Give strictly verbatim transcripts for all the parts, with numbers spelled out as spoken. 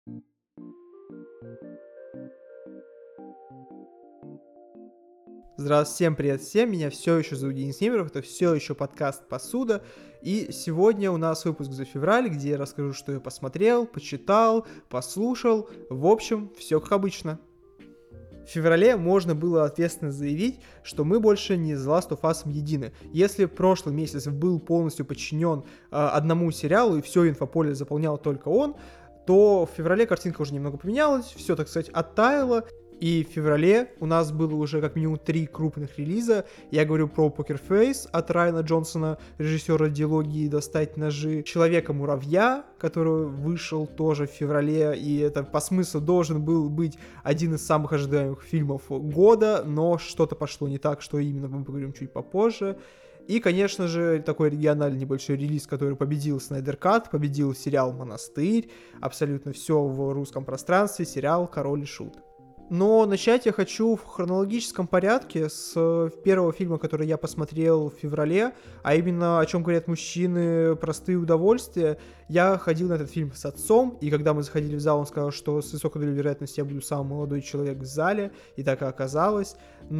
Здравствуйте, всем привет всем, меня все еще зовут Денис Немеров, это все еще подкаст «Посуда», и сегодня у нас выпуск за февраль, где я расскажу, что я посмотрел, почитал, послушал, в общем, все как обычно. В феврале можно было ответственно заявить, что мы больше не с The Last of Us едины. Если прошлый месяц был полностью подчинен э, одному сериалу и все инфополе заполнял только он, то в феврале картинка уже немного поменялась, все, так сказать, оттаяло. И в феврале у нас было уже как минимум три крупных релиза. Я говорю про Poker Face от Райана Джонсона, режиссера диалогии «Достать ножи», Человека-муравья, который вышел тоже в феврале, и это по смыслу должен был быть один из самых ожидаемых фильмов года, но что-то пошло не так, что именно, мы поговорим чуть попозже. И, конечно же, такой региональный небольшой релиз, который победил Снайдер Кат, победил сериал «Монастырь», абсолютно все в русском пространстве, сериал «Король и Шут». Но начать я хочу в хронологическом порядке с первого фильма, который я посмотрел в феврале, а именно «О чем говорят мужчины. Простые удовольствия». Я ходил на этот фильм с отцом, и когда мы заходили в зал, он сказал, что с высокой долей вероятности я буду самый молодой человек в зале, и так и оказалось.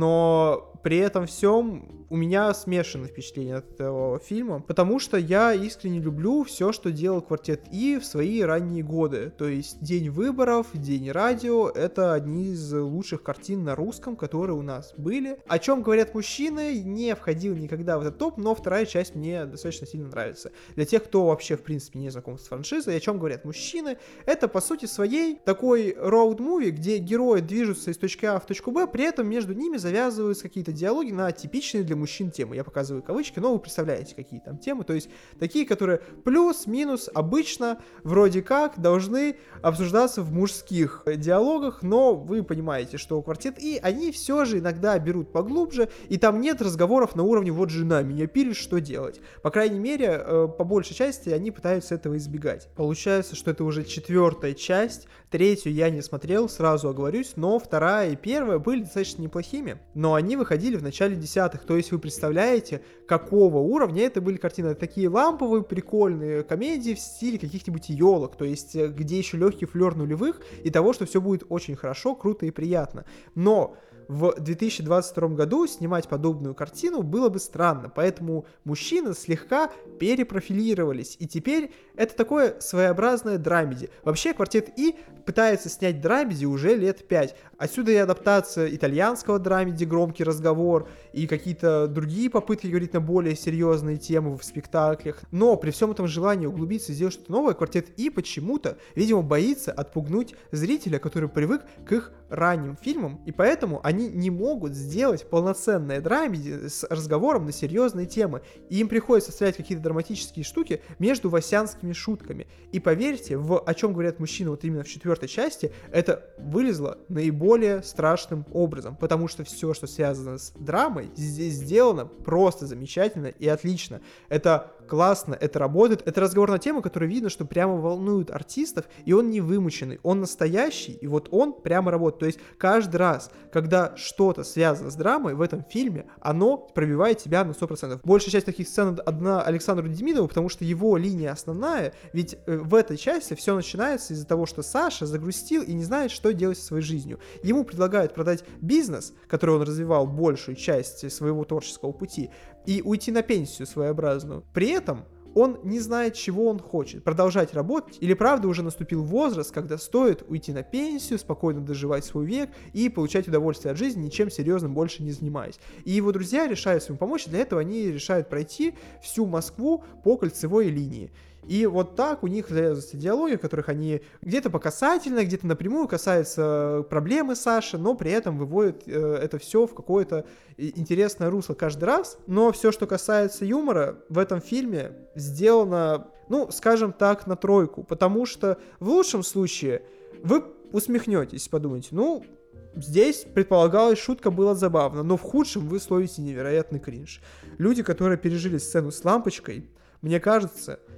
Но при этом всем у меня смешанные впечатления от этого фильма, потому что я искренне люблю все, что делал «Квартет И» в свои ранние годы. То есть «День выборов», «День радио» — это одни из лучших картин на русском, которые у нас были. «О чем говорят мужчины» не входил никогда в этот топ, но вторая часть мне достаточно сильно нравится. Для тех, кто вообще, в принципе, не знаком с франшизой, «О чем говорят мужчины», это, по сути своей, такой роуд-муви, где герои движутся из точки А в точку Б, при этом между ними завязываются какие-то диалоги на типичные для мужчин темы. Я показываю кавычки, но вы представляете, какие там темы. То есть такие, которые плюс-минус обычно вроде как должны обсуждаться в мужских диалогах, но вы понимаете, что «Квартет И», они все же иногда берут поглубже, и там нет разговоров на уровне «вот жена меня пилит, что делать?». По крайней мере, по большей части они пытаются этого избегать. Получается, что это уже четвертая часть, третью я не смотрел, сразу оговорюсь, но вторая и первая были достаточно неплохими, но они выходили в начале десятых, то есть вы представляете, какого уровня это были картины. Такие ламповые, прикольные комедии в стиле каких-нибудь елок, то есть где еще легкий флер нулевых и того, что все будет очень хорошо, круто и приятно. Но в две тысячи двадцать втором году снимать подобную картину было бы странно, поэтому мужчины слегка перепрофилировались, и теперь это такое своеобразное драмеди. Вообще «Квартет И» пытается снять драмеди уже лет пять. Отсюда и адаптация итальянского драмеди «Громкий разговор», и какие-то другие попытки говорить на более серьезные темы в спектаклях. Но при всем этом желании углубиться и сделать что-то новое, «Квартет И» почему-то, видимо, боится отпугнуть зрителя, который привык к их ранним фильмам, и поэтому они не могут сделать полноценное драмеди с разговором на серьезные темы, и им приходится вставлять какие-то драматические штуки между васянскими шутками. И поверьте, в «О чем говорят мужчины» вот именно в четвертой части это вылезло наиболее страшным образом, потому что все, что связано с драмой, здесь сделано просто замечательно и отлично. Это классно, это работает, это разговор на тему, который видно, что прямо волнует артистов, и он не вымученный, он настоящий, и вот он прямо работает. То есть каждый раз, когда что-то связано с драмой в этом фильме, оно пробивает тебя на сто процентов. Большая часть таких сцен одна Александру Демидову, потому что его линия основная, ведь в этой части все начинается из-за того, что Саша загрустил и не знает, что делать со своей жизнью. Ему предлагают продать бизнес, который он развивал большую часть своего творческого пути, и уйти на пенсию своеобразную. При этом он не знает, чего он хочет. Продолжать работать или правда уже наступил возраст, когда стоит уйти на пенсию, спокойно доживать свой век и получать удовольствие от жизни, ничем серьезным больше не занимаясь. И его друзья решают ему помочь, для этого они решают пройти всю Москву по кольцевой линии. И вот так у них завязываются диалоги, в которых они где-то по касательной, где-то напрямую касаются проблемы Саши, но при этом выводят э, это все в какое-то интересное русло каждый раз. Но все, что касается юмора, в этом фильме сделано, ну, скажем так, на тройку. Потому что в лучшем случае вы усмехнетесь, подумайте, ну, здесь, предполагалось, шутка была забавна, но в худшем вы словите невероятный кринж. Люди, которые пережили сцену с лампочкой, мне кажется,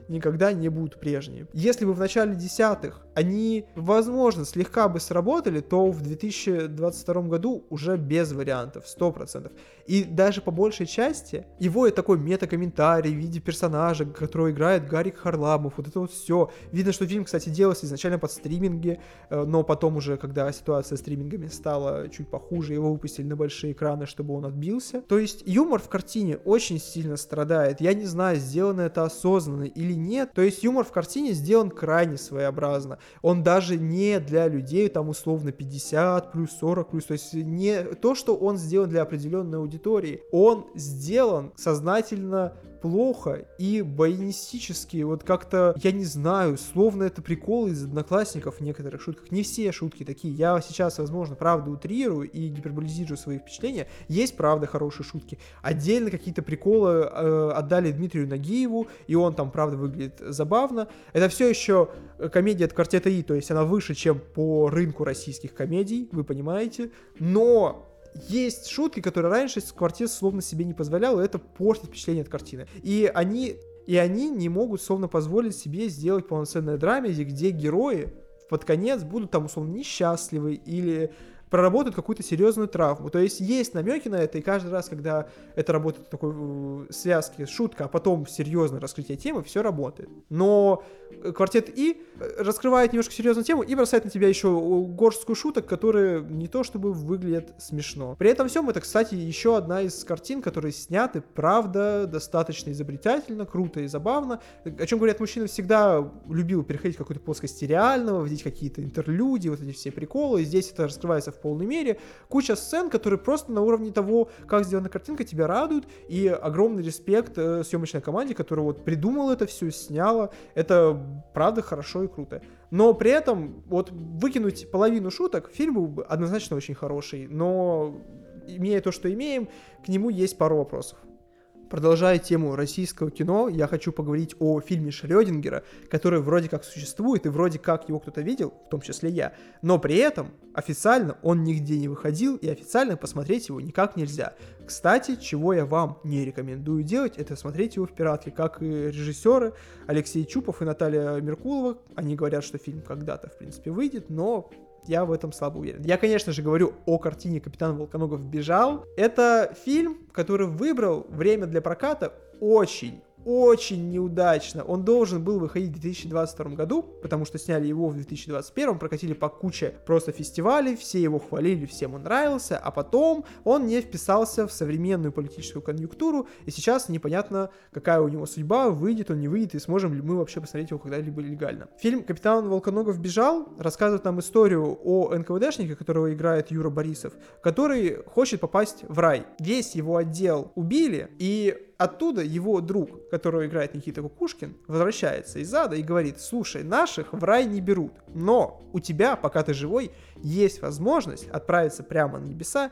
никогда не будут прежними. Если бы в начале десятых они, возможно, слегка бы сработали, то в две тысячи двадцать втором году уже без вариантов, сто процентов. И даже по большей части его и такой мета-комментарий в виде персонажа, которого играет Гарик Харламов, вот это вот все. Видно, что фильм, кстати, делался изначально под стриминги, но потом уже, когда ситуация с стримингами стала чуть похуже, его выпустили на большие экраны, чтобы он отбился. То есть юмор в картине очень сильно страдает. Я не знаю, сделано это осознанно или нет. То есть юмор в картине сделан крайне своеобразно. Он даже не для людей, там, условно, пятьдесят плюс, сорок плюс. То есть не то, что он сделан для определенной аудитории. Он сделан сознательно плохо и баянистически, вот как-то, я не знаю, словно это приколы из Одноклассников в некоторых шутках. Не все шутки такие. Я сейчас, возможно, правда утрирую и гиперболизирую свои впечатления. Есть, правда, хорошие шутки. Отдельно какие-то приколы э, отдали Дмитрию Нагиеву, и он там, правда, выглядит забавно. Это все еще комедия от Квартета И, то есть она выше, чем по рынку российских комедий, вы понимаете. Но есть шутки, которые раньше Квартет словно себе не позволял, и это портит впечатление от картины. И они, и они не могут словно позволить себе сделать полноценное драмеди, где герои под конец будут там условно несчастливы или проработают какую-то серьезную травму. То есть есть намеки на это, и каждый раз, когда это работает в такой э, связке, шутка, а потом серьезное раскрытие темы, все работает. Но Квартет И раскрывает немножко серьезную тему и бросает на тебя еще горстку шуток, которые не то чтобы выглядят смешно. При этом всем это, кстати, еще одна из картин, которые сняты, правда, достаточно изобретательно, круто и забавно. О чем говорят мужчины, всегда любил переходить в какую-то плоскость реального, вводить какие-то интерлюдии, вот эти все приколы. Здесь это раскрывается в полной мере. Куча сцен, которые просто на уровне того, как сделана картинка, тебя радуют. И огромный респект э, съемочной команде, которая вот придумала это все, сняла. Это правда хорошо и круто. Но при этом вот выкинуть половину шуток, фильм был бы однозначно очень хороший. Но имея то, что имеем, к нему есть пару вопросов. Продолжая тему российского кино, я хочу поговорить о фильме Шрёдингера, который вроде как существует, и вроде как его кто-то видел, в том числе я, но при этом официально он нигде не выходил, и официально посмотреть его никак нельзя. Кстати, чего я вам не рекомендую делать, это смотреть его в пиратке, как и режиссеры Алексей Чупов и Наталья Меркулова. Они говорят, что фильм когда-то, в принципе, выйдет, но я в этом слабо уверен. Я, конечно же, говорю о картине «Капитан Волконогов бежал». Это фильм, который выбрал время для проката очень, очень неудачно. Он должен был выходить в две тысячи двадцать втором году, потому что сняли его в две тысячи двадцать первом, прокатили по куче просто фестивалей, все его хвалили, всем он нравился, а потом он не вписался в современную политическую конъюнктуру, и сейчас непонятно, какая у него судьба, выйдет он, не выйдет, и сможем ли мы вообще посмотреть его когда-либо легально. Фильм «Капитан Волконогов бежал» рассказывает нам историю о эн ка вэ дэшнике, которого играет Юра Борисов, который хочет попасть в рай. Весь его отдел убили, и оттуда его друг, которого играет Никита Кукушкин, возвращается из ада и говорит: слушай, наших в рай не берут, но у тебя, пока ты живой, есть возможность отправиться прямо на небеса,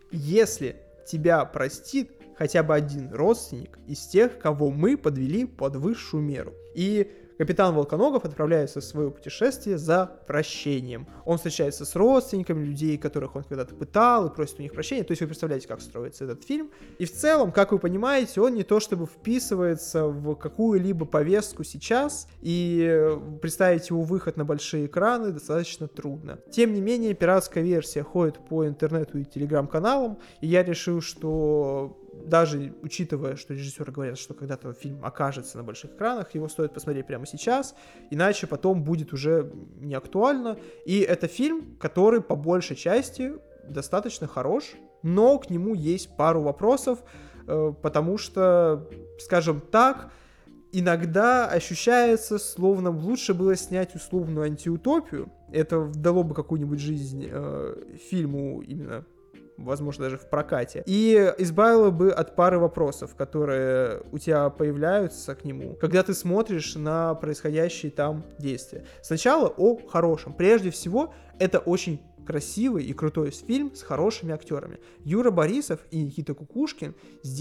если тебя простит хотя бы один родственник из тех, кого мы подвели под высшую меру. И капитан Волконогов отправляется в свое путешествие за прощением. Он встречается с родственниками людей, которых он когда-то пытал, и просит у них прощения. То есть вы представляете, как строится этот фильм. И в целом, как вы понимаете, он не то чтобы вписывается в какую-либо повестку сейчас, и представить его выход на большие экраны достаточно трудно. Тем не менее, пиратская версия ходит по интернету и телеграм-каналам, и я решил, что даже учитывая, что режиссеры говорят, что когда-то фильм окажется на больших экранах, его стоит посмотреть прямо сейчас, иначе потом будет уже не актуально. И это фильм, который по большей части достаточно хорош, но к нему есть пару вопросов, потому что, скажем так, иногда ощущается, словно лучше было снять условную антиутопию. Это дало бы какую-нибудь жизнь э, фильму именно, возможно, даже в прокате, и избавило бы от пары вопросов, которые у тебя появляются к нему, когда ты смотришь на происходящие там действия. Сначала о хорошем. Прежде всего, это очень красивый и крутой фильм с хорошими актерами. Юра Борисов и Никита Кукушкин здесь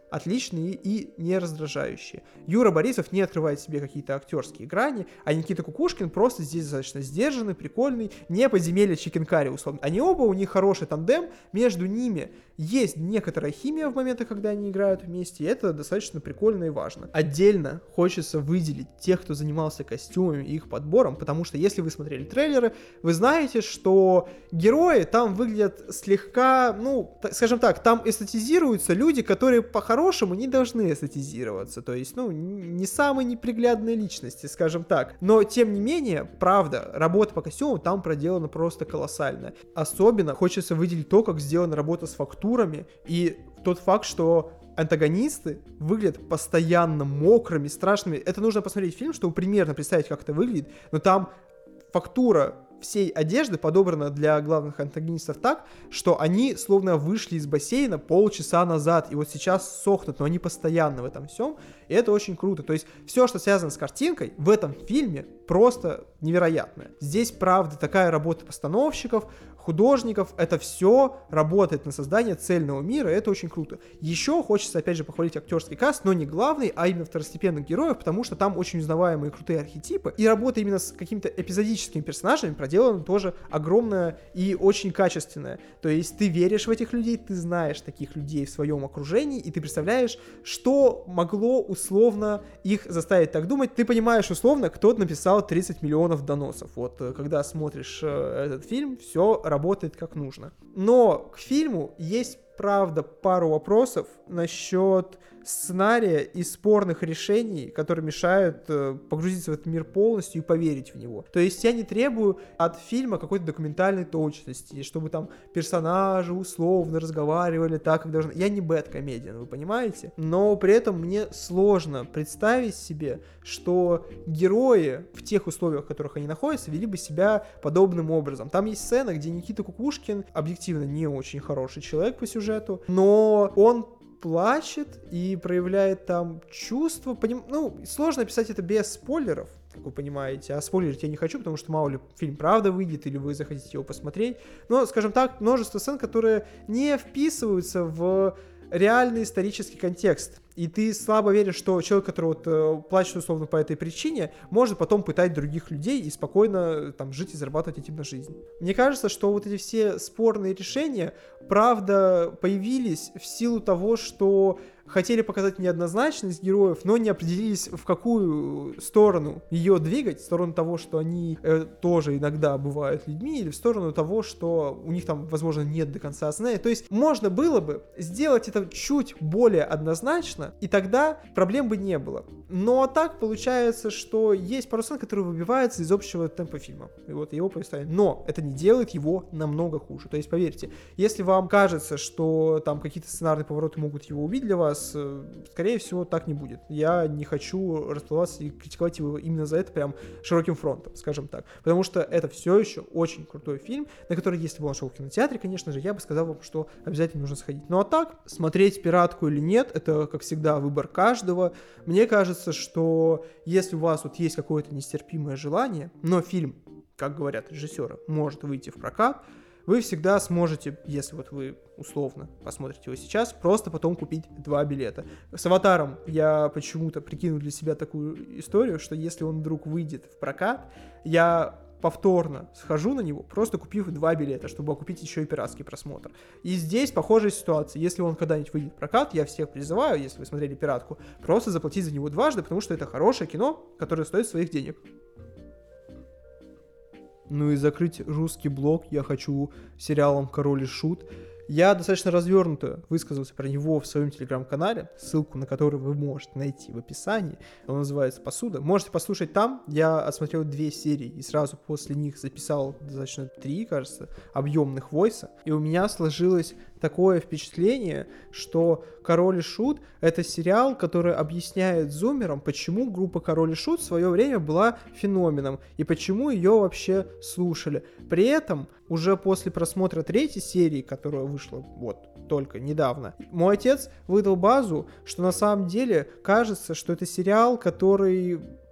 отличные и не раздражающие. Юра Борисов не открывает себе какие-то актерские грани, а Никита Кукушкин просто здесь достаточно сдержанный, прикольный, не подземелье Чикенкари, условно. Они оба, у них хороший тандем, между ними есть некоторая химия в моментах, когда они играют вместе, и это достаточно прикольно и важно. Отдельно хочется выделить тех, кто занимался костюмами и их подбором, потому что если вы смотрели трейлеры, вы знаете, что герои там выглядят слегка, ну, так, скажем так, там эстетизируются люди, которые по-хорошему не должны эстетизироваться, то есть, ну, не самые неприглядные личности, скажем так. Но, тем не менее, правда, работа по костюмам там проделана просто колоссально. Особенно хочется выделить то, как сделана работа с фактурой, и тот факт, что антагонисты выглядят постоянно мокрыми, страшными. Это нужно посмотреть фильм, чтобы примерно представить, как это выглядит. Но там фактура всей одежды подобрана для главных антагонистов так, что они словно вышли из бассейна полчаса назад, и вот сейчас сохнут, но они постоянно в этом всем, и это очень круто. То есть все, что связано с картинкой, в этом фильме просто невероятное. Здесь, правда, такая работа постановщиков, художников, это все работает на создание цельного мира, и это очень круто. Еще хочется, опять же, похвалить актерский каст, но не главный, а именно второстепенных героев, потому что там очень узнаваемые крутые архетипы, и работа именно с какими-то эпизодическими персонажами проделана тоже огромная и очень качественная. То есть ты веришь в этих людей, ты знаешь таких людей в своем окружении, и ты представляешь, что могло условно их заставить так думать. Ты понимаешь условно, кто-то написал тридцать миллионов доносов. Вот когда смотришь э, этот фильм, все работает как нужно. Но к фильму есть, правда, пару вопросов насчет сценария и спорных решений, которые мешают э, погрузиться в этот мир полностью и поверить в него. То есть я не требую от фильма какой-то документальной точности, чтобы там персонажи условно разговаривали так, как должны. Я не бэдкомедиан, вы понимаете? Но при этом мне сложно представить себе, что герои в тех условиях, в которых они находятся, вели бы себя подобным образом. Там есть сцена, где Никита Кукушкин объективно не очень хороший человек по сюжету, но он плачет и проявляет там чувства. Поним... Ну, сложно описать это без спойлеров, как вы понимаете, а спойлерить я не хочу, потому что мало ли фильм правда выйдет, или вы захотите его посмотреть. Но, скажем так, множество сцен, которые не вписываются в реальный исторический контекст. И ты слабо веришь, что человек, который вот, э, плачет условно по этой причине, может потом пытать других людей и спокойно там жить и зарабатывать этим на жизнь. Мне кажется, что вот эти все спорные решения, правда, появились в силу того, что хотели показать неоднозначность героев, но не определились, в какую сторону ее двигать, в сторону того, что они э, тоже иногда бывают людьми, или в сторону того, что у них там, возможно, нет до конца осознания. То есть можно было бы сделать это чуть более однозначно, и тогда проблем бы не было. Но так получается, что есть пару сцен, которые выбиваются из общего темпа фильма. И вот его повествование. Но это не делает его намного хуже. То есть, поверьте, если вам кажется, что там какие-то сценарные повороты могут его убить для вас, скорее всего, так не будет. Я не хочу расплываться и критиковать его именно за это прям широким фронтом, скажем так. Потому что это все еще очень крутой фильм, на который, если бы он шел в кинотеатре, конечно же, я бы сказал вам, что обязательно нужно сходить. Ну а так, смотреть «Пиратку» или нет, это, как всегда, выбор каждого. Мне кажется, что если у вас вот есть какое-то нестерпимое желание, но фильм, как говорят режиссеры, может выйти в прокат, вы всегда сможете, если вот вы условно посмотрите его сейчас, просто потом купить два билета. С «Аватаром» я почему-то прикинул для себя такую историю, что если он вдруг выйдет в прокат, я повторно схожу на него, просто купив два билета, чтобы окупить еще и пиратский просмотр. И здесь похожая ситуация. Если он когда-нибудь выйдет в прокат, я всех призываю, если вы смотрели «Пиратку», просто заплатить за него дважды, потому что это хорошее кино, которое стоит своих денег. Ну и закрыть русский блог я хочу сериалом «Король и Шут». Я достаточно развернуто высказался про него в своем телеграм-канале, ссылку на который вы можете найти в описании. Он называется «Посуда». Можете послушать там. Я отсмотрел две серии и сразу после них записал достаточно три, кажется, объемных войса. И у меня сложилось такое впечатление, что «Король и Шут» — это сериал, который объясняет зумерам, почему группа «Король и Шут» в свое время была феноменом и почему ее вообще слушали. При этом уже после просмотра третьей серии, которая вышла вот только недавно, мой отец выдал базу, что на самом деле кажется, что это сериал, который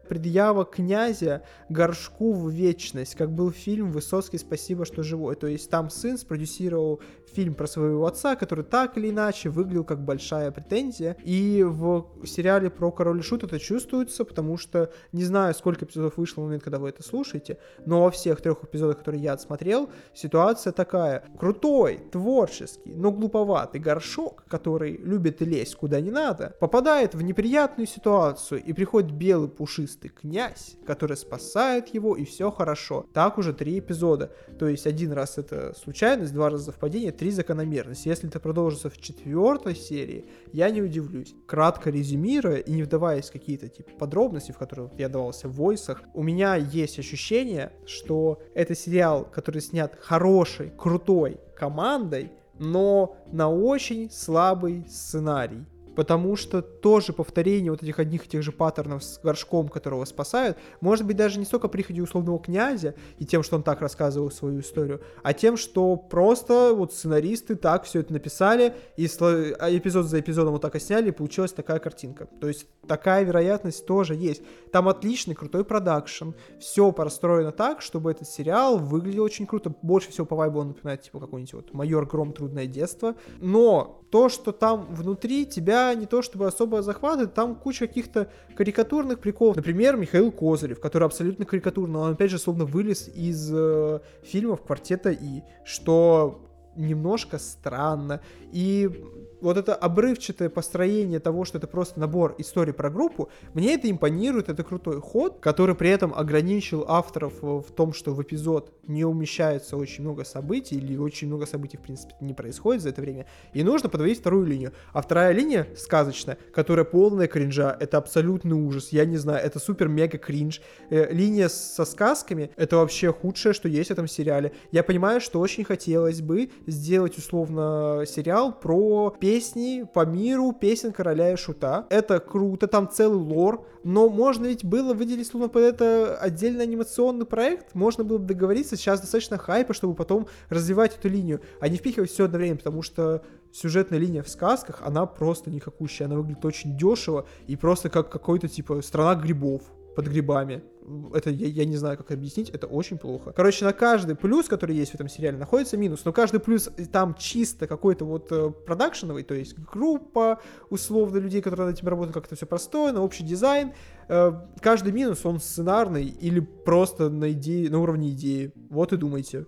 предъява князя Горшку в вечность, как был фильм «Высоцкий, спасибо, что живой». То есть там сын спродюсировал фильм про своего отца, который так или иначе выглядел как большая претензия. И в сериале про Король и Шут это чувствуется, потому что не знаю, сколько эпизодов вышло в момент, когда вы это слушаете, но во всех трех эпизодах, которые я отсмотрел, ситуация такая. Крутой, творческий, но глуповатый Горшок, который любит лезть куда не надо, попадает в неприятную ситуацию, и приходит белый пушистый князь, который спасает его, и все хорошо. Так уже три эпизода. То есть один раз это случайность, два раза совпадение, три закономерность. Если это продолжится в четвертой серии, я не удивлюсь. Кратко резюмируя и не вдаваясь в какие-то типа подробности, в которые я давался в войсах, у меня есть ощущение, что это сериал, который снят хорошей, крутой командой, но на очень слабый сценарий. Потому что тоже повторение вот этих одних и тех же паттернов с Горшком, которого спасают, может быть даже не столько приходе условного князя и тем, что он так рассказывал свою историю, а тем, что просто вот сценаристы так все это написали, и эпизод за эпизодом вот так и сняли, и получилась такая картинка. То есть такая вероятность тоже есть. Там отличный, крутой продакшн, все простроено так, чтобы этот сериал выглядел очень круто. Больше всего по вайбу он напоминает типа какой-нибудь вот «Майор Гром. Трудное детство». Но то, что там внутри, тебя не то чтобы особо захватывает, там куча каких-то карикатурных приколов. Например, Михаил Козырев, который абсолютно карикатурный, он опять же словно вылез из э, фильмов «Квартета И», что немножко странно. И вот это обрывчатое построение того, что это просто набор историй про группу, мне это импонирует, это крутой ход, который при этом ограничил авторов в том, что в эпизод не умещается очень много событий, или очень много событий, в принципе, не происходит за это время, и нужно подводить вторую линию. А вторая линия сказочная, которая полная кринжа, это абсолютный ужас, я не знаю, это супер-мега кринж. Э, линия со сказками, это вообще худшее, что есть в этом сериале. Я понимаю, что очень хотелось бы сделать, условно, сериал про песни по миру, песен Короля и Шута. Это круто, там целый лор, но можно ведь было выделить, словно под это отдельный анимационный проект, можно было бы договориться, сейчас достаточно хайпа, чтобы потом развивать эту линию, а не впихивать все одновременно, потому что сюжетная линия в сказках, она просто никакущая, она выглядит очень дешево и просто как какой-то типа страна грибов под грибами. Это я, я не знаю, как объяснить, это очень плохо. Короче, на каждый плюс, который есть в этом сериале, находится минус, но каждый плюс там чисто какой-то вот э, продакшеновый, то есть группа, условно, людей, которые над этим работают, как-то все простое, общий дизайн. Э, каждый минус, он сценарный или просто на, идее, на уровне идеи. Вот и думайте.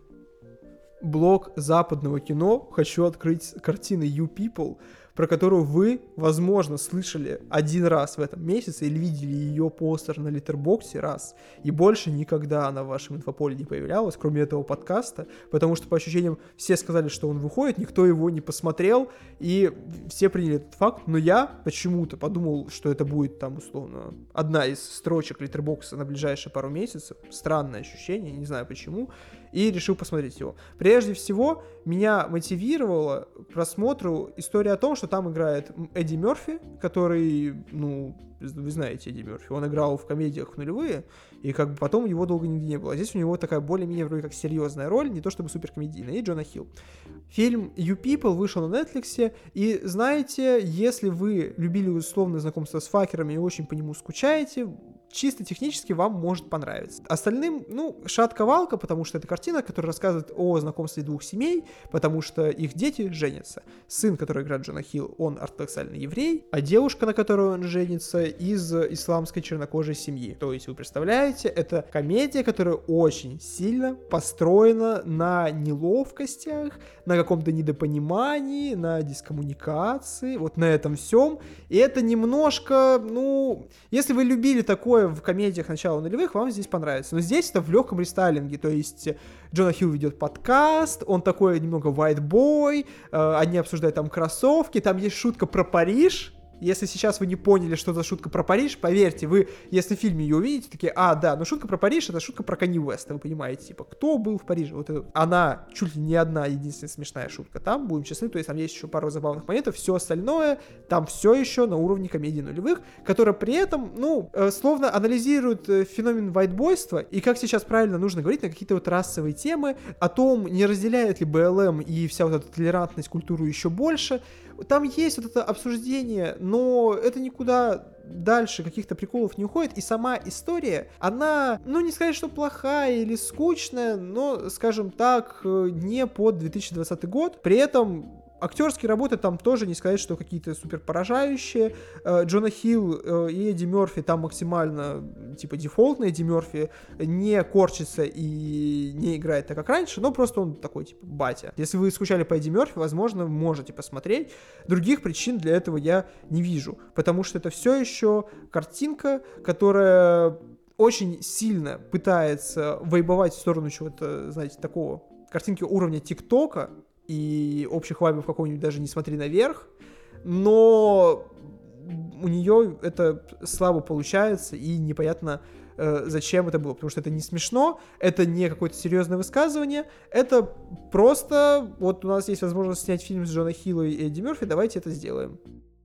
Блог западного кино хочу открыть картины You People, про которую вы, возможно, слышали один раз в этом месяце или видели ее постер на Литербоксе раз, и больше никогда она в вашем инфополе не появлялась, кроме этого подкаста, потому что, по ощущениям, все сказали, что он выходит, никто его не посмотрел, и все приняли этот факт, но я почему-то подумал, что это будет там, условно, одна из строчек Литербокса на ближайшие пару месяцев, странное ощущение, не знаю почему, и решил посмотреть его. Прежде всего, меня мотивировала к просмотру история о том, что там играет Эдди Мерфи, который, ну, вы знаете Эдди Мерфи, он играл в комедиях в нулевые, и как бы потом его долго нигде не было. А здесь у него такая более-менее вроде как серьезная роль, не то чтобы суперкомедийная, и Джона Хилл. Фильм You People вышел на Netflix, и знаете, если вы любили условное знакомство с факерами и очень по нему скучаете, чисто технически вам может понравиться. Остальным, ну, шатка-валка, потому что это картина, которая рассказывает о знакомстве двух семей, потому что их дети женятся. Сын, который играет Джона Хилл, он ортодоксальный еврей, а девушка, на которую он женится, из исламской чернокожей семьи. То есть, вы представляете, это комедия, которая очень сильно построена на неловкостях, на каком-то недопонимании, на дискоммуникации, вот на этом всем. И это немножко, ну, если вы любили такое в комедиях начала нулевых, вам здесь понравится. Но здесь это в легком рестайлинге, то есть Джона Хилл ведет подкаст, он такой немного white boy, э, они обсуждают там кроссовки, там есть шутка про Париж. Если сейчас вы не поняли, что за шутка про Париж, поверьте, вы, если в фильме ее увидите, такие, а, да, но шутка про Париж — это шутка про Канье Уэста, вы понимаете, типа, кто был в Париже? Вот это, она чуть ли не одна единственная смешная шутка там, будем честны, то есть там есть еще пару забавных моментов, все остальное там все еще на уровне комедии нулевых, которая при этом, ну, э, словно анализирует э, феномен вайтбойства, и как сейчас правильно нужно говорить на какие-то вот расовые темы, о том, не разделяет ли БЛМ и вся вот эта толерантность культуру еще больше. Там есть вот это обсуждение, но это никуда дальше каких-то приколов не уходит, и сама история, она, ну, не сказать, что плохая или скучная, но, скажем так, не под две тысячи двадцатый год, при этом актерские работы там тоже не сказать, что какие-то супер поражающие. Джона Хилл и Эдди Мерфи там максимально, типа, дефолтный. Эдди Мерфи не корчится и не играет так, как раньше, но просто он такой, типа, батя. Если вы скучали по Эдди Мерфи, возможно, можете посмотреть. Других причин для этого я не вижу, потому что это все еще картинка, которая очень сильно пытается вайбовать в сторону чего-то, знаете, такого, картинки уровня ТикТока, и общих вайбов какого-нибудь даже «Не смотри наверх», но у нее это слабо получается, и непонятно, э, зачем это было, потому что это не смешно, это не какое-то серьезное высказывание, это просто, вот у нас есть возможность снять фильм с Джона Хилла и Эдди Мерфи, давайте это сделаем.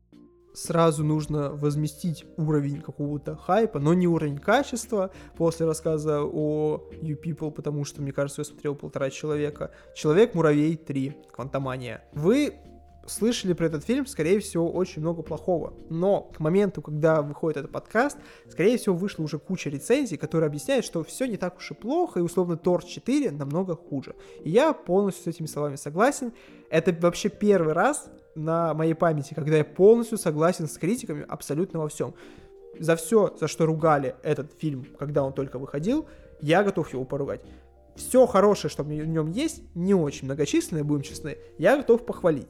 Сразу нужно возместить уровень какого-то хайпа, но не уровень качества после рассказа о You People, потому что, мне кажется, я смотрел полтора человека. «Человек-муравей три. Квантомания». Вы слышали про этот фильм, скорее всего, очень много плохого. Но к моменту, когда выходит этот подкаст, скорее всего, вышла уже куча рецензий, которые объясняют, что все не так уж и плохо, и, условно, Тор четыре намного хуже. И я полностью с этими словами согласен. Это вообще первый раз на моей памяти, когда я полностью согласен с критиками абсолютно во всем. За все, за что ругали этот фильм, когда он только выходил, я готов его поругать. Все хорошее, что в нем есть, не очень многочисленное, будем честны, я готов похвалить.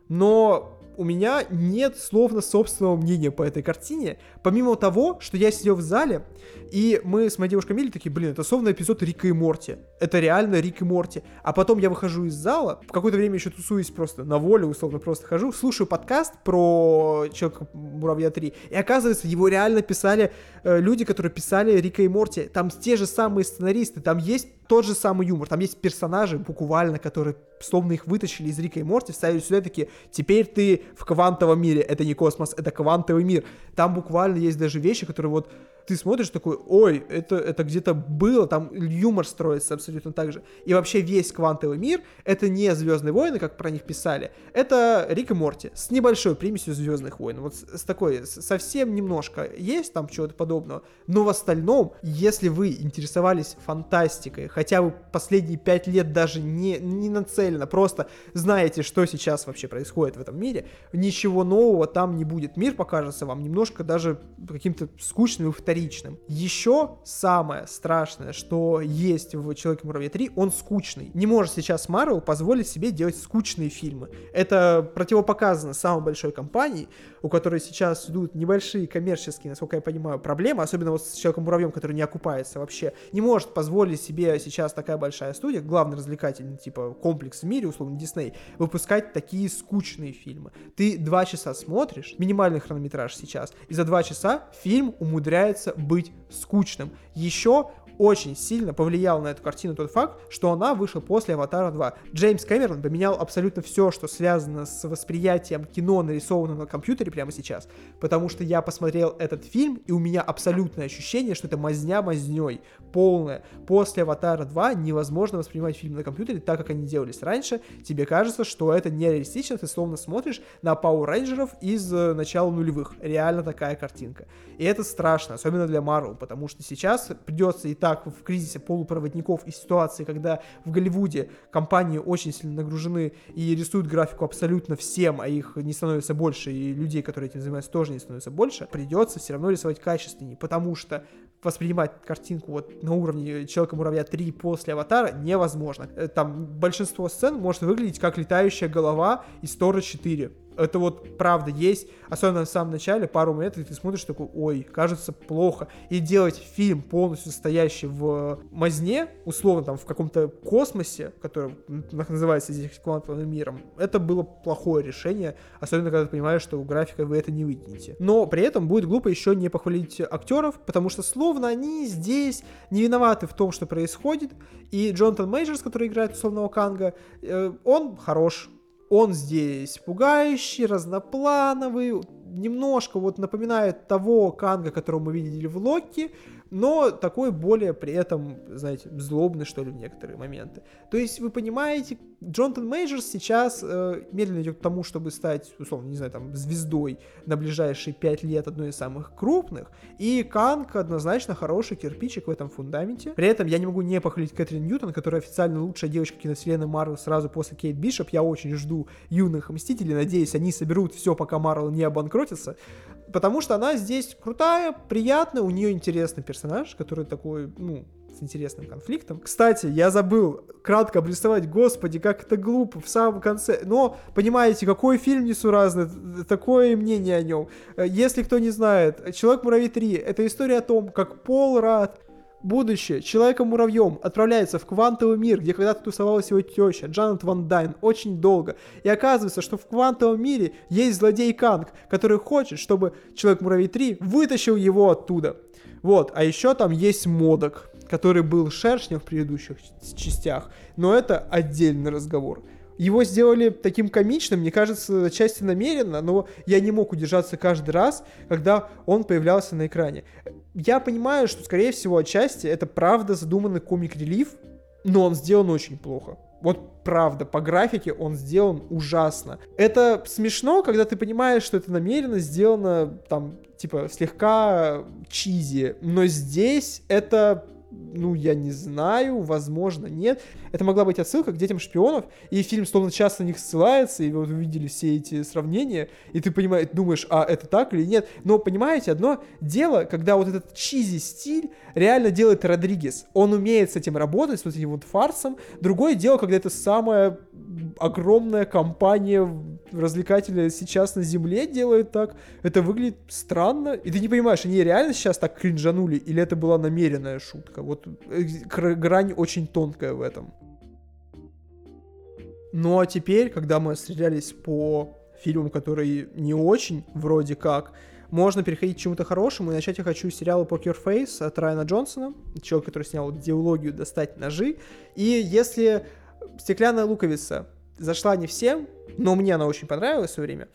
Но у меня нет словно собственного мнения по этой картине, помимо того, что я сидел в зале, и мы с моей девушкой Милли такие, блин, это словно эпизод Рика и Морти. Это реально Рик и Морти. А потом я выхожу из зала, в какое-то время еще тусуюсь просто на воле, условно просто хожу, слушаю подкаст про Человека-муравья три, и оказывается, его реально писали э, люди, которые писали Рика и Морти. Там те же самые сценаристы, там есть тот же самый юмор, там есть персонажи, буквально, которые словно их вытащили из Рика и Морти, вставили сюда такие, теперь ты в квантовом мире, это не космос, это квантовый мир. Там буквально есть даже вещи, которые вот ты смотришь такой, ой, это, это где-то было, там юмор строится абсолютно так же. И вообще весь квантовый мир, это не Звездные войны, как про них писали, это Рик и Морти с небольшой примесью Звездных войн. Вот с, с такой, с, совсем немножко есть там чего-то подобного, но в остальном, если вы интересовались фантастикой, хотя бы последние пять лет даже не, не нацеленно, просто знаете, что сейчас вообще происходит в этом мире, ничего нового там не будет. Мир покажется вам немножко даже каким-то скучным и вторичным. Еще самое страшное, что есть в Человеке-муравье три, он скучный. Не может сейчас Marvel позволить себе делать скучные фильмы. Это противопоказано самой большой компании, у которой сейчас идут небольшие коммерческие, насколько я понимаю, проблемы, особенно вот с Человеком-муравьем, который не окупается вообще. Не может позволить себе сейчас такая большая студия, главный развлекательный типа комплекс в мире, условно Дисней, выпускать такие скучные фильмы. Ты два часа смотришь, минимальный хронометраж сейчас, и за два часа фильм умудряется быть скучным. Еще очень сильно повлиял на эту картину тот факт, что она вышла после «Аватара два». Джеймс Кэмерон поменял абсолютно все, что связано с восприятием кино, нарисованного на компьютере прямо сейчас, потому что я посмотрел этот фильм, и у меня абсолютное ощущение, что это мазня мазнёй, полная. После «Аватара два» невозможно воспринимать фильм на компьютере так, как они делались раньше. Тебе кажется, что это нереалистично, ты словно смотришь на Power Rangers из э, начала нулевых. Реально такая картинка. И это страшно, особенно для Marvel, потому что сейчас придется и так в кризисе полупроводников и ситуации, когда в Голливуде компании очень сильно нагружены и рисуют графику абсолютно всем, а их не становится больше, и людей, которые этим занимаются, тоже не становится больше, придется все равно рисовать качественнее, потому что воспринимать картинку вот на уровне Человека-муравья три после «Аватара» невозможно. Там большинство сцен может выглядеть как летающая голова из Тора четыре. Это вот правда есть, особенно в самом начале, пару моментов, и ты смотришь такой, ой, кажется плохо. И делать фильм, полностью состоящий в мазне, условно там в каком-то космосе, который называется здесь квантовым миром, это было плохое решение, особенно когда ты понимаешь, что графикой вы это не вытянете. Но при этом будет глупо еще не похвалить актеров, потому что словно они здесь не виноваты в том, что происходит, и Джонатан Мейджерс, который играет условного Канга, он хорош. Он здесь пугающий, разноплановый, немножко вот напоминает того Канга, которого мы видели в Локи, но такой более при этом, знаете, злобный, что ли, в некоторые моменты. То есть, вы понимаете, Джонатан Мейджорс сейчас э, медленно идет к тому, чтобы стать, условно, не знаю, там, звездой на ближайшие пять лет, одной из самых крупных, и Канг однозначно хороший кирпичик в этом фундаменте. При этом я не могу не похвалить Кэтрин Ньютон, которая официально лучшая девочка киновселенной Марвел сразу после Кейт Бишоп. Я очень жду юных Мстителей, надеюсь, они соберут все, пока Марвел не обанкротится, потому что она здесь крутая, приятная, у нее интересный персонаж, который такой, ну, с интересным конфликтом. Кстати, я забыл кратко обрисовать, господи, как это глупо в самом конце, но, понимаете, какой фильм несуразный, такое мнение о нем. Если кто не знает, «Человек-муравей три» — это история о том, как Пол Радд, будучи Человеком-муравьем, отправляется в квантовый мир, где когда-то тусовалась его теща Джанет Ван Дайн очень долго, и оказывается, что в квантовом мире есть злодей Канг, который хочет, чтобы Человек-муравей три вытащил его оттуда. Вот, а еще там есть Модок, который был Шершнем в предыдущих частях, но это отдельный разговор. Его сделали таким комичным, мне кажется, отчасти намеренно, но я не мог удержаться каждый раз, когда он появлялся на экране. Я понимаю, что, скорее всего, отчасти это правда задуманный комик-релив, но он сделан очень плохо. Вот правда, по графике он сделан ужасно. Это смешно, когда ты понимаешь, что это намеренно сделано, там, типа, слегка чизи, но здесь это... Ну, я не знаю, возможно, нет. Это могла быть отсылка к «Детям шпионов», и фильм словно часто на них ссылается, и вот вы видели все эти сравнения, и ты понимаешь, думаешь, а это так или нет. Но, понимаете, одно дело, когда вот этот чизи-стиль реально делает Родригес. Он умеет с этим работать, с вот этим вот фарсом. Другое дело, когда это самая огромная компания развлекателя сейчас на земле делает так. Это выглядит странно. И ты не понимаешь, они реально сейчас так кринжанули, или это была намеренная шутка? Вот грань очень тонкая в этом. Ну а теперь, когда мы стрелялись по фильмам, которые не очень, вроде как, можно переходить к чему-то хорошему, и начать я хочу с сериала Poker Face от Райана Джонсона, человек, который снял диалогию «Достать ножи». И если «Стеклянная луковица» зашла не всем, но мне она очень понравилась в свое время,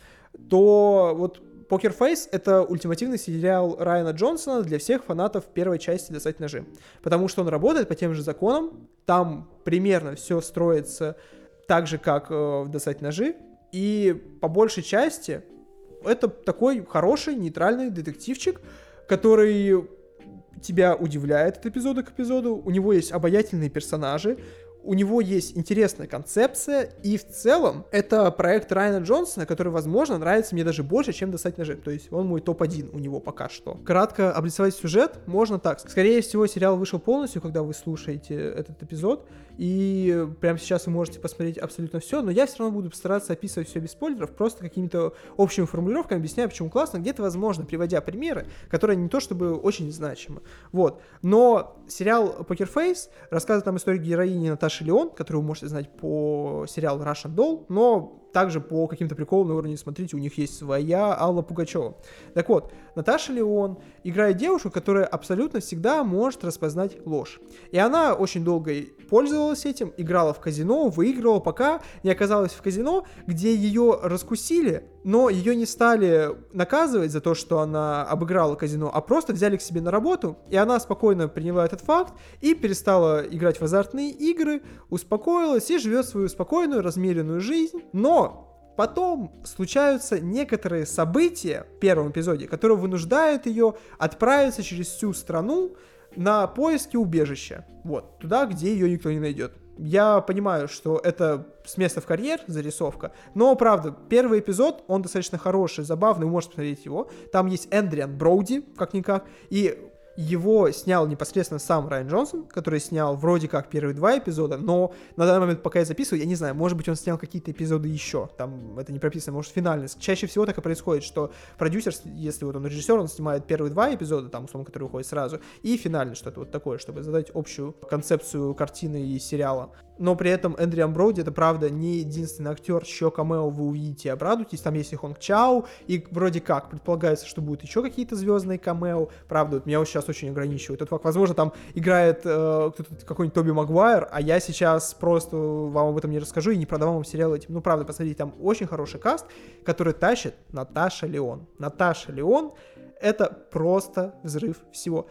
то вот Poker Face — это ультимативный сериал Райана Джонсона для всех фанатов первой части «Достать ножи», потому что он работает по тем же законам, там примерно все строится так же, как э, в «Достать ножи», и по большей части это такой хороший, нейтральный детективчик, который тебя удивляет от эпизода к эпизоду, у него есть обаятельные персонажи, у него есть интересная концепция, и в целом это проект Райана Джонсона, который, возможно, нравится мне даже больше, чем «Достать ножи». То есть он мой топ один у него пока что. Кратко обрисовать сюжет можно так. Скорее всего, сериал вышел полностью, когда вы слушаете этот эпизод, и прямо сейчас вы можете посмотреть абсолютно все, но я все равно буду постараться описывать все без спойлеров, просто какими-то общими формулировками, объясняя, почему классно, где-то, возможно, приводя примеры, которые не то чтобы очень значимы. Вот. Но сериал Poker Face рассказывает нам историю героини Наташи Леон, которую вы можете знать по сериалу Russian Doll, но также по каким-то приколам на уровне, смотрите, у них есть своя Алла Пугачева. Так вот, Наташа Леон играет девушку, которая абсолютно всегда может распознать ложь. И она очень долго пользовалась этим, играла в казино, выигрывала, пока не оказалась в казино, где ее раскусили, но ее не стали наказывать за то, что она обыграла казино, а просто взяли к себе на работу, и она спокойно приняла этот факт и перестала играть в азартные игры, успокоилась и живет свою спокойную, размеренную жизнь, но потом случаются некоторые события в первом эпизоде, которые вынуждают ее отправиться через всю страну на поиски убежища. Вот, туда, где ее никто не найдет. Я понимаю, что это с места в карьер зарисовка, но, правда, первый эпизод, он достаточно хороший, забавный, вы можете посмотреть его. Там есть Эдриан Броуди, как-никак, и его снял непосредственно сам Райан Джонсон, который снял вроде как первые два эпизода, но на данный момент, пока я записываю, я не знаю, может быть, он снял какие-то эпизоды еще, там это не прописано, может, финальный. Чаще всего так и происходит, что продюсер, если вот он режиссер, он снимает первые два эпизода, там, условно, которые выходят сразу, и финальный что-то вот такое, чтобы задать общую концепцию картины и сериала. Но при этом Эдриан Броуди — это, правда, не единственный актер, чье камео вы увидите и обрадуетесь. Там есть и Хонг Чао, и вроде как предполагается, что будут еще какие-то звездные камео. Правда, вот меня вот сейчас очень ограничивает этот факт. Возможно, там играет э, кто-то, какой-нибудь Тоби Магуайр, а я сейчас просто вам об этом не расскажу и не продавам вам сериал этим. Ну, правда, посмотрите, там очень хороший каст, который тащит Наташа Леон. Наташа Леон — это просто взрыв всего.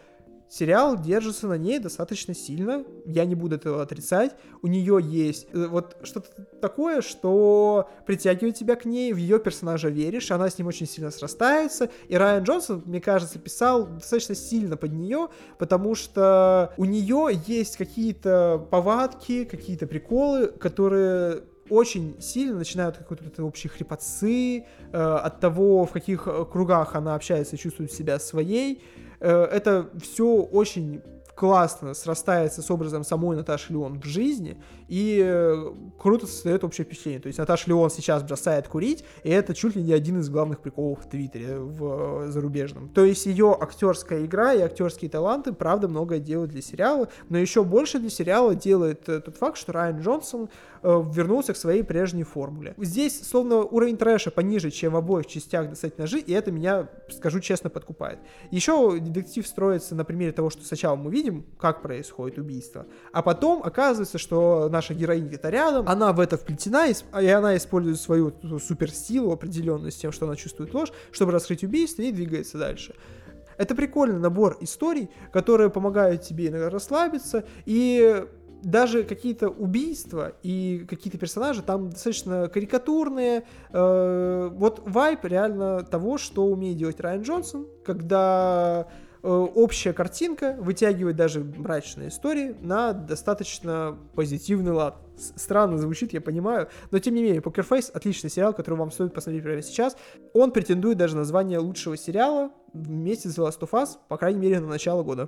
сериал держится на ней достаточно сильно, я не буду этого отрицать. У нее есть э, вот что-то такое, что притягивает тебя к ней, в ее персонажа веришь, она с ним очень сильно срастается, и Райан Джонсон, мне кажется, писал достаточно сильно под нее, потому что у нее есть какие-то повадки, какие-то приколы, которые очень сильно начинают какой-то общей хрипотцы, э, от того, в каких кругах она общается и чувствует себя своей. Э, это все очень классно срастается с образом самой Наташи Леон в жизни, и э, круто создает общее впечатление. То есть Наташа Леон сейчас бросает курить, и это чуть ли не один из главных приколов в Твиттере, в э, зарубежном. То есть ее актерская игра и актерские таланты, правда, многое делают для сериала, но еще больше для сериала делает э, тот факт, что Райан Джонсон э, вернулся к своей прежней формуле. Здесь, словно, уровень трэша пониже, чем в обоих частях «Достать ножи», и это меня, скажу честно, подкупает. Еще детектив строится на примере того, что сначала мы видим, как происходит убийство, а потом оказывается, что наша героиня где-то рядом, она в это вплетена, и она использует свою суперсилу определенную с тем, что она чувствует ложь, чтобы раскрыть убийство и двигается дальше. Это прикольный набор историй, которые помогают тебе иногда расслабиться, и даже какие-то убийства и какие-то персонажи там достаточно карикатурные. Э, вот вайб реально того, что умеет делать Райан Джонсон, когда общая картинка вытягивает даже мрачные истории на достаточно позитивный лад. Странно звучит, я понимаю, но тем не менее, Poker Face — отличный сериал, который вам стоит посмотреть прямо сейчас. Он претендует даже на звание лучшего сериала вместе с The Last of Us, по крайней мере, на начало года.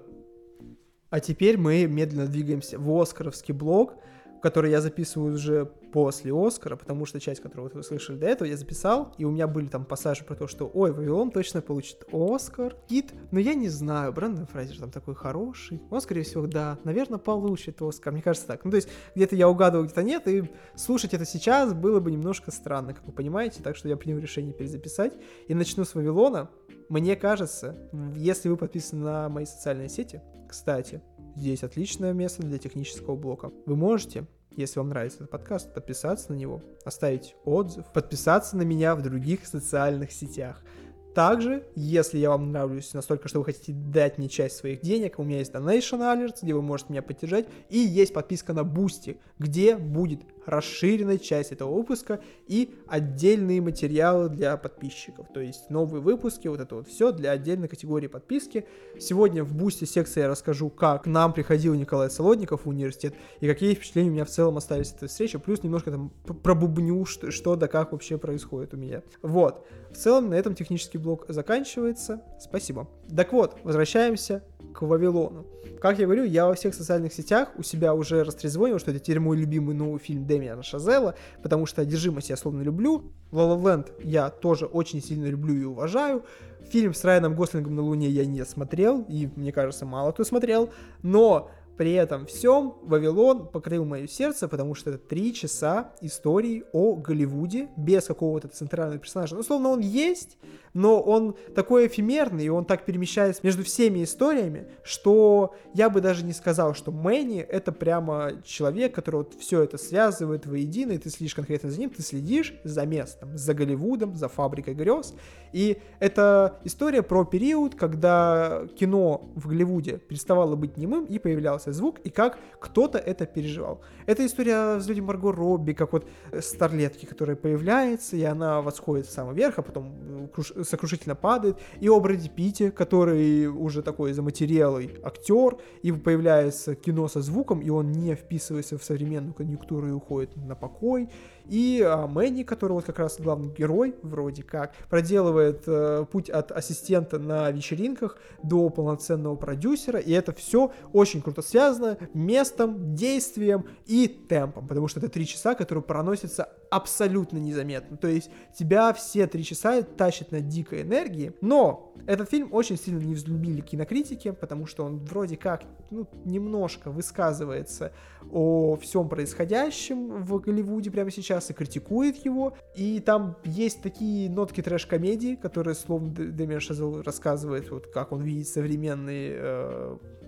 А теперь мы медленно двигаемся в оскаровский блок, который я записываю уже после Оскара, потому что часть, которую вот вы слышали до этого, я записал, и у меня были там пассажи про то, что ой, Вавилон точно получит Оскар, Кит, но я не знаю, Брэндон Фрейзер там такой хороший, он, скорее всего, да, наверное, получит Оскар, мне кажется так. Ну, то есть, где-то я угадывал, где-то нет, и слушать это сейчас было бы немножко странно, как вы понимаете, так что я принял решение перезаписать, и начну с Вавилона. Мне кажется, если вы подписаны на мои социальные сети, кстати, здесь отличное место для технического блока. Вы можете, если вам нравится этот подкаст, подписаться на него, оставить отзыв, подписаться на меня в других социальных сетях. Также, если я вам нравлюсь настолько, что вы хотите дать мне часть своих денег, у меня есть Donation Alerts, где вы можете меня поддержать, и есть подписка на Boosty, где будет расширенная часть этого выпуска и отдельные материалы для подписчиков, то есть новые выпуски, вот это вот все для отдельной категории подписки. Сегодня в Boosty секции я расскажу, как к нам приходил Николай Солодников в университет и какие впечатления у меня в целом остались от этой встречи, плюс немножко там пробубню, что, что да как вообще происходит у меня. Вот, в целом на этом технический блок заканчивается. Спасибо. Так вот, возвращаемся к Вавилону. Как я говорю, я во всех социальных сетях у себя уже растрезвонил, что это теперь мой любимый новый фильм Дэмиана Шазела, потому что «Одержимость» я словно люблю, «Ла Ла Ленд» я тоже очень сильно люблю и уважаю, фильм с Райаном Гослингом на Луне я не смотрел, и, мне кажется, мало кто смотрел, но при этом всем «Вавилон» покорил мое сердце, потому что это три часа истории о Голливуде без какого-то центрального персонажа. Ну, словно он есть, но он такой эфемерный, и он так перемещается между всеми историями, что я бы даже не сказал, что Мэнни — это прямо человек, который вот все это связывает воедино, и ты следишь конкретно за ним, ты следишь за местом, за Голливудом, за фабрикой грез. И это история про период, когда кино в Голливуде переставало быть немым и появлялся звук, и как кто-то это переживал. Это история о взлете Марго Робби, как вот старлетки, которая появляется, и она восходит в самый верх, а потом сокрушительно падает, и о Брэде Питте, который уже такой заматерелый актер, и появляется кино со звуком, и он не вписывается в современную конъюнктуру и уходит на покой, и о Мэнни, который вот как раз главный герой, вроде как, проделывает э, путь от ассистента на вечеринках до полноценного продюсера, и это все очень круто связано местом, действием и темпом, потому что это три часа, которые проносятся абсолютно незаметно, то есть тебя все три часа тащат на дикой энергии, но этот фильм очень сильно не взлюбили кинокритики, потому что он вроде как, ну, немножко высказывается о всем происходящем в Голливуде прямо сейчас и критикует его, и там есть такие нотки трэш-комедии, которые, словно Дэмиан Шазел рассказывает, вот как он видит современный э,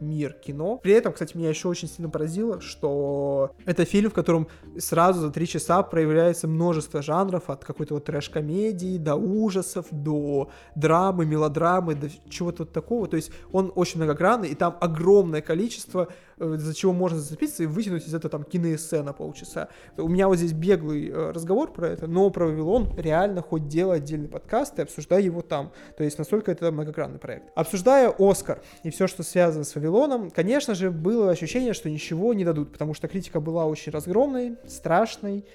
мир кино. При этом, кстати, меня еще очень сильно поразило, что это фильм, в котором сразу за три часа проявляется множество жанров, от какой-то вот трэш-комедии до ужасов, до драмы, мелодрамы, до чего-то такого. То есть он очень многогранный, и там огромное количество, за чего можно зацепиться и вытянуть из этого там киноэссе на полчаса. У меня вот здесь беглый э, разговор про это, но про «Вавилон» реально хоть делай отдельный подкаст и обсуждай его там. То есть настолько это многогранный проект. Обсуждая «Оскар» и все, что связано с «Вавилоном», конечно же, было ощущение, что ничего не дадут, потому что критика была очень разгромной, страшной,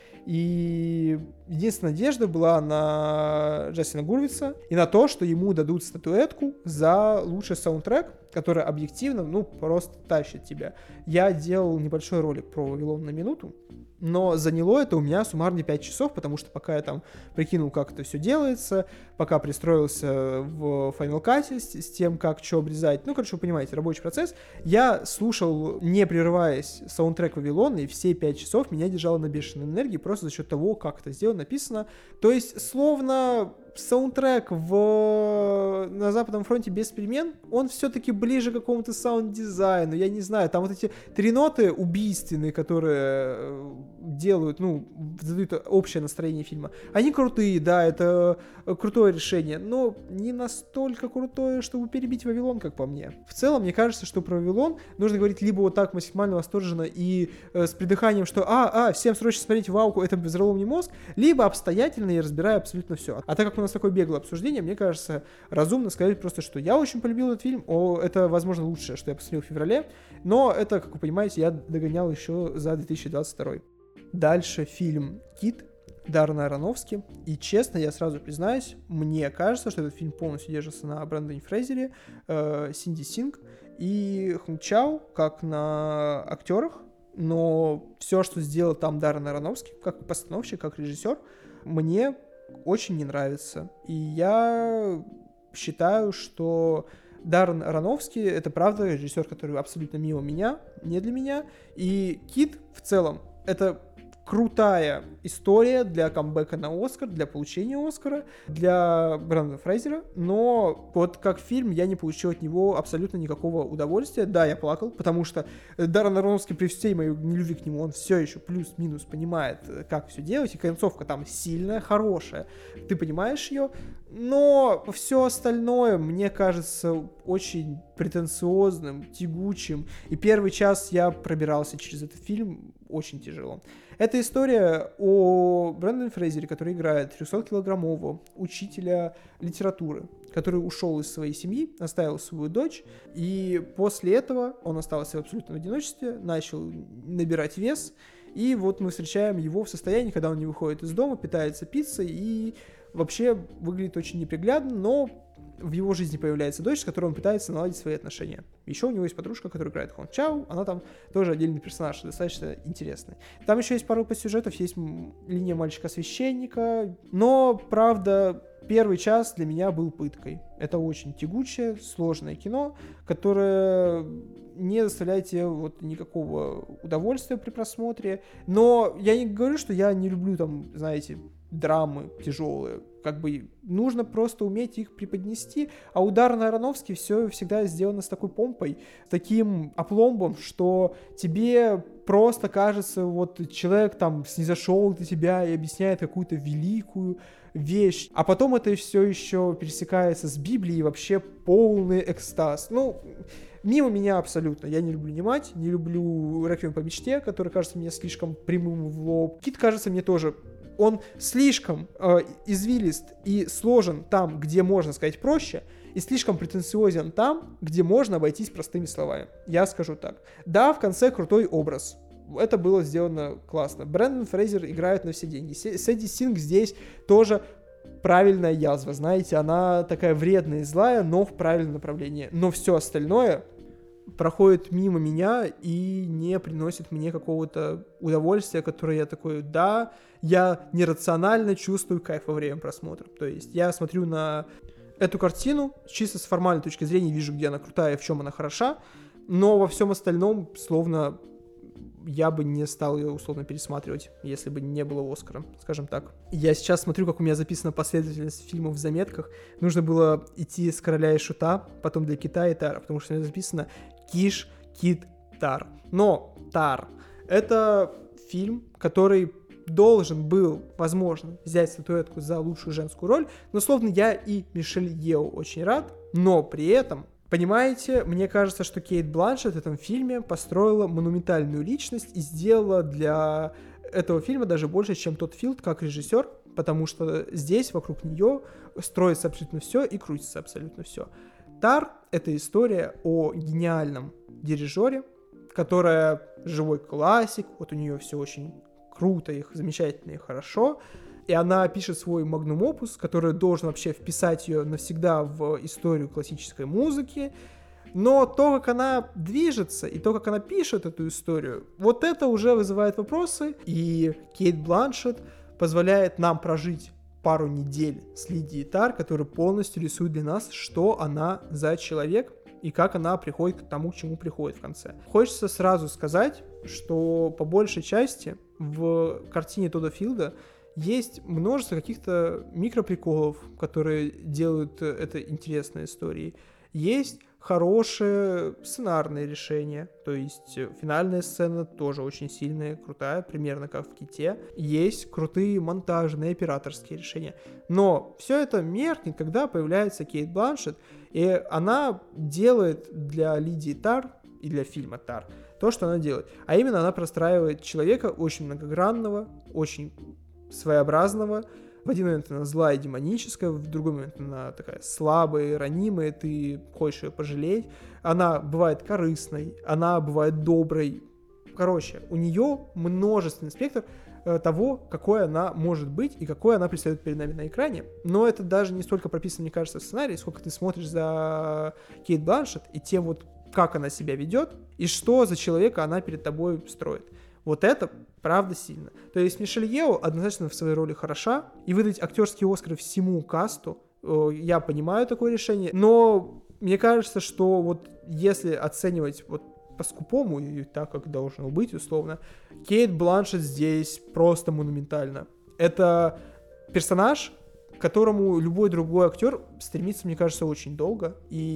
и единственная надежда была на Джастина Гурвица и на то, что ему дадут статуэтку за лучший саундтрек, который объективно, ну, просто тащит тебя. Я делал небольшой ролик про «Вавилон» на минуту, но заняло это у меня суммарно пять часов, потому что пока я там прикинул, как это все делается, пока пристроился в Final Cut с, с тем, как что обрезать, ну, короче, вы понимаете, рабочий процесс, я слушал, не прерываясь, саундтрек «Вавилона», и все пять часов меня держало на бешеной энергии просто за счет того, как это сделано, написано. То есть, словно саундтрек в... на Западном фронте без перемен, он все-таки ближе к какому-то саунд-дизайну, я не знаю, там вот эти три ноты убийственные, которые делают, ну, задают общее настроение фильма, они крутые, да, это крутое решение, но не настолько крутое, чтобы перебить «Вавилон», как по мне. В целом, мне кажется, что про «Вавилон» нужно говорить либо вот так максимально восторженно и э, с придыханием, что а, а, всем срочно смотреть «Вауку», это взорвало мне мозг, либо обстоятельно и разбирая абсолютно все. А так как у нас такое беглое обсуждение, мне кажется, разумно сказать просто, что я очень полюбил этот фильм, о, это, возможно, лучшее, что я посмотрел в феврале, но это, как вы понимаете, я догонял еще за две тысячи двадцать второй. Дальше фильм «Кит» Даррена Аронофски, и честно, я сразу признаюсь, мне кажется, что этот фильм полностью держится на Брэндоне Фрейзере, э, Синди Синг и Хунг Чау, как на актерах, но все, что сделал там Даррен Аронофски, как постановщик, как режиссер, мне очень не нравится. И я считаю, что Даррен Аронофски — это правда режиссер, который абсолютно мимо меня, не для меня. И «Кит» в целом — это крутая история для камбэка на Оскар, для получения Оскара, для Брэндона Фрейзера, но вот как фильм я не получил от него абсолютно никакого удовольствия. Да, я плакал, потому что Даррен Аронофски при всей моей нелюбви к нему, он все еще плюс-минус понимает, как все делать, и концовка там сильная, хорошая, ты понимаешь ее, но все остальное мне кажется очень претенциозным, тягучим, и первый час я пробирался через этот фильм очень тяжело. Это история о Брэндоне Фрейзере, который играет трехсоткилограммового учителя литературы, который ушел из своей семьи, оставил свою дочь, и после этого он остался в абсолютном одиночестве, начал набирать вес, и вот мы встречаем его в состоянии, когда он не выходит из дома, питается пиццей и вообще выглядит очень неприглядно, но в его жизни появляется дочь, с которой он пытается наладить свои отношения. Еще у него есть подружка, которая играет Хунг Чау, она там тоже отдельный персонаж, достаточно интересный. Там еще есть пару подсюжетов, есть линия мальчика-священника, но, правда, первый час для меня был пыткой. Это очень тягучее, сложное кино, которое не доставляет тебе вот никакого удовольствия при просмотре, но я не говорю, что я не люблю там, знаете, драмы тяжелые, как бы нужно просто уметь их преподнести, а у Даррена Аронофски все всегда сделано с такой помпой, таким опломбом, что тебе просто кажется, вот человек там снизошел до тебя и объясняет какую-то великую вещь, а потом это все еще пересекается с Библией, и вообще полный экстаз. Ну, мимо меня абсолютно. Я не люблю «Немать», не люблю «Реквием по мечте», который кажется мне слишком прямым в лоб. «Кит» кажется мне тоже, он слишком э, извилист и сложен там, где можно сказать проще, и слишком претенциозен там, где можно обойтись простыми словами. Я скажу так. Да, в конце крутой образ. Это было сделано классно. Брэндон Фрейзер играет на все деньги. Синди Синг здесь тоже правильная язва, знаете, она такая вредная и злая, но в правильном направлении. Но все остальное проходит мимо меня и не приносит мне какого-то удовольствия, которое я такой, да, я нерационально чувствую кайф во время просмотра. То есть я смотрю на эту картину, чисто с формальной точки зрения вижу, где она крутая, в чем она хороша, но во всем остальном словно я бы не стал ее условно пересматривать, если бы не было Оскара, скажем так. Я сейчас смотрю, как у меня записана последовательность фильмов в заметках. Нужно было идти с «Короля и Шута», потом для «Кита» и «Тара», потому что у меня записано Киш Кит Тар. Но Тар — это фильм, который должен был, возможно, взять статуэтку за лучшую женскую роль, но, словно я и Мишель Ео очень рад, но при этом, понимаете, мне кажется, что Кейт Бланшетт в этом фильме построила монументальную личность и сделала для этого фильма даже больше, чем Тодд Филд как режиссер, потому что здесь вокруг нее строится абсолютно все и крутится абсолютно все. Тар — это история о гениальном дирижере, которая живой классик, вот у нее все очень круто, их замечательно и хорошо, и она пишет свой магнум опус, который должен вообще вписать ее навсегда в историю классической музыки, но то, как она движется, и то, как она пишет эту историю, вот это уже вызывает вопросы, и Кейт Бланшетт позволяет нам прожить пару недель с Лидией Тар, которая полностью рисует для нас, что она за человек, и как она приходит к тому, к чему приходит в конце. Хочется сразу сказать, что по большей части в картине Тодда Филда есть множество каких-то микроприколов, которые делают это интересной историей. Есть хорошие сценарные решения, то есть финальная сцена тоже очень сильная, крутая, примерно как в Ките. Есть крутые монтажные, операторские решения. Но все это меркнет, когда появляется Кейт Бланшетт, и она делает для Лидии Тар и для фильма Тар то, что она делает. А именно она простраивает человека очень многогранного, очень своеобразного. В один момент она злая и демоническая, в другой момент она такая слабая, ранимая, ты хочешь ее пожалеть. Она бывает корыстной, она бывает доброй. Короче, у нее множественный спектр э, того, какой она может быть и какой она представляет перед нами на экране. Но это даже не столько прописано, мне кажется, в сценарии, сколько ты смотришь за Кейт Бланшетт и тем вот, как она себя ведет и что за человека она перед тобой строит. Вот это правда сильно. То есть Мишель Ео однозначно в своей роли хороша, и выдать актерские Оскары всему касту, э, я понимаю такое решение, но мне кажется, что вот если оценивать вот по-скупому и так, как должно быть, условно, Кейт Бланшетт здесь просто монументально. Это персонаж, к которому любой другой актер стремится, мне кажется, очень долго.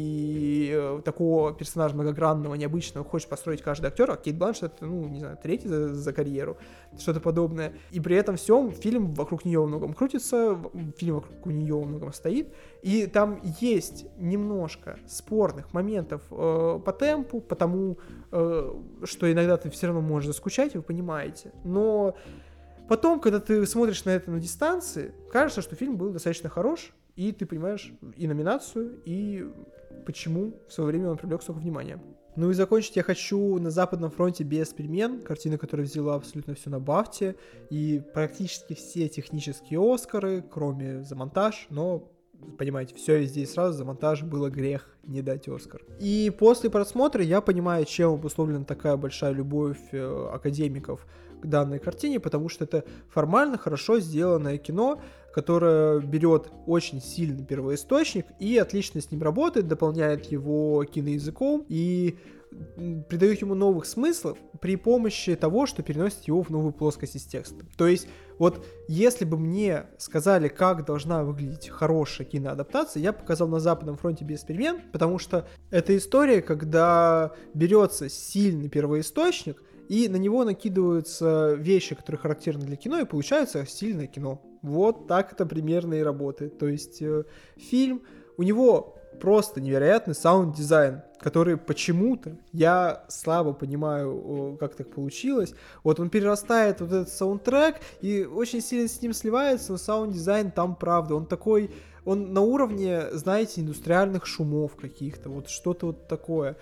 И э, такого персонажа многогранного, необычного хочет построить каждый актер, а Кейт Бланшетт, ну, не знаю, третий за, за карьеру, что-то подобное. И при этом всем фильм вокруг нее во многом крутится, фильм вокруг нее во многом стоит. И там есть немножко спорных моментов э, по темпу, потому э, что иногда ты все равно можешь заскучать, вы понимаете. Но потом, когда ты смотришь на это на дистанции, кажется, что фильм был достаточно хорош, и ты понимаешь и номинацию, и почему в свое время он привлек столько внимания. Ну и закончить я хочу на «Западном фронте без перемен», картина, которая взяла абсолютно все на Бафте, и практически все технические Оскары, кроме за монтаж, но, понимаете, все везде и сразу, за монтаж было грех не дать Оскар. И после просмотра я понимаю, чем обусловлена такая большая любовь э, академиков к данной картине, потому что это формально хорошо сделанное кино, которое берет очень сильный первоисточник и отлично с ним работает, дополняет его киноязыком и придает ему новых смыслов при помощи того, что переносит его в новую плоскость из текста. То есть, вот если бы мне сказали, как должна выглядеть хорошая киноадаптация, я показал на «Западном фронте без перемен», потому что это история, когда берется сильный первоисточник, и на него накидываются вещи, которые характерны для кино, и получается сильное кино. Вот так это примерно и работает. То есть э, фильм, у него просто невероятный саунд-дизайн, который почему-то, я слабо понимаю, как так получилось. Вот он перерастает вот этот саундтрек и очень сильно с ним сливается, но саунд-дизайн там правда, он такой, он на уровне, знаете, индустриальных шумов каких-то, вот что-то вот такое.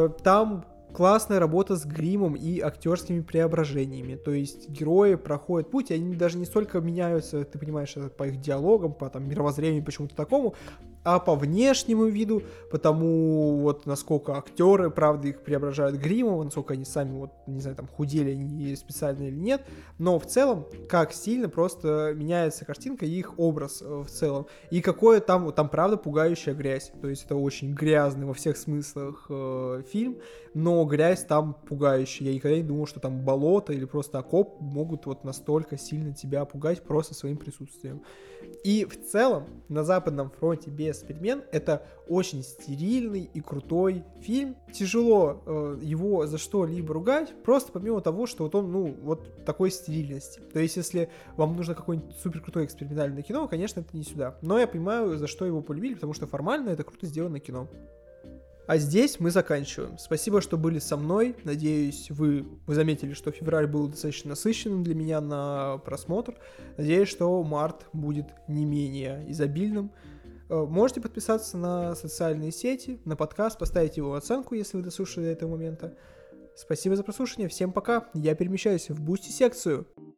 Там классная работа с гримом и актерскими преображениями. То есть герои проходят путь, и они даже не столько меняются, ты понимаешь, по их диалогам, по там, мировоззрению, почему-то такому, а по внешнему виду, потому вот насколько актеры, правда, их преображают гримом, насколько они сами, вот, не знаю, там, худели они специально или нет, но в целом, как сильно просто меняется картинка и их образ в целом. И какое там, там правда, пугающая грязь. То есть это очень грязный во всех смыслах э, фильм, но грязь там пугающая. Я никогда не думал, что там болото или просто окоп могут вот настолько сильно тебя пугать просто своим присутствием. И в целом на «Западном фронте без без перемен. Это очень стерильный и крутой фильм. Тяжело э, его за что-либо ругать, просто помимо того, что вот он, ну, вот такой стерильности. То есть, если вам нужно какое-нибудь супер крутое экспериментальное кино, конечно, это не сюда. Но я понимаю, за что его полюбили, потому что формально это круто сделанное кино. А здесь мы заканчиваем. Спасибо, что были со мной. Надеюсь, вы, вы заметили, что февраль был достаточно насыщенным для меня на просмотр. Надеюсь, что март будет не менее изобильным. Можете подписаться на социальные сети, на подкаст, поставить его оценку, если вы дослушали до этого момента. Спасибо за прослушивание. Всем пока. Я перемещаюсь в Бусти секцию.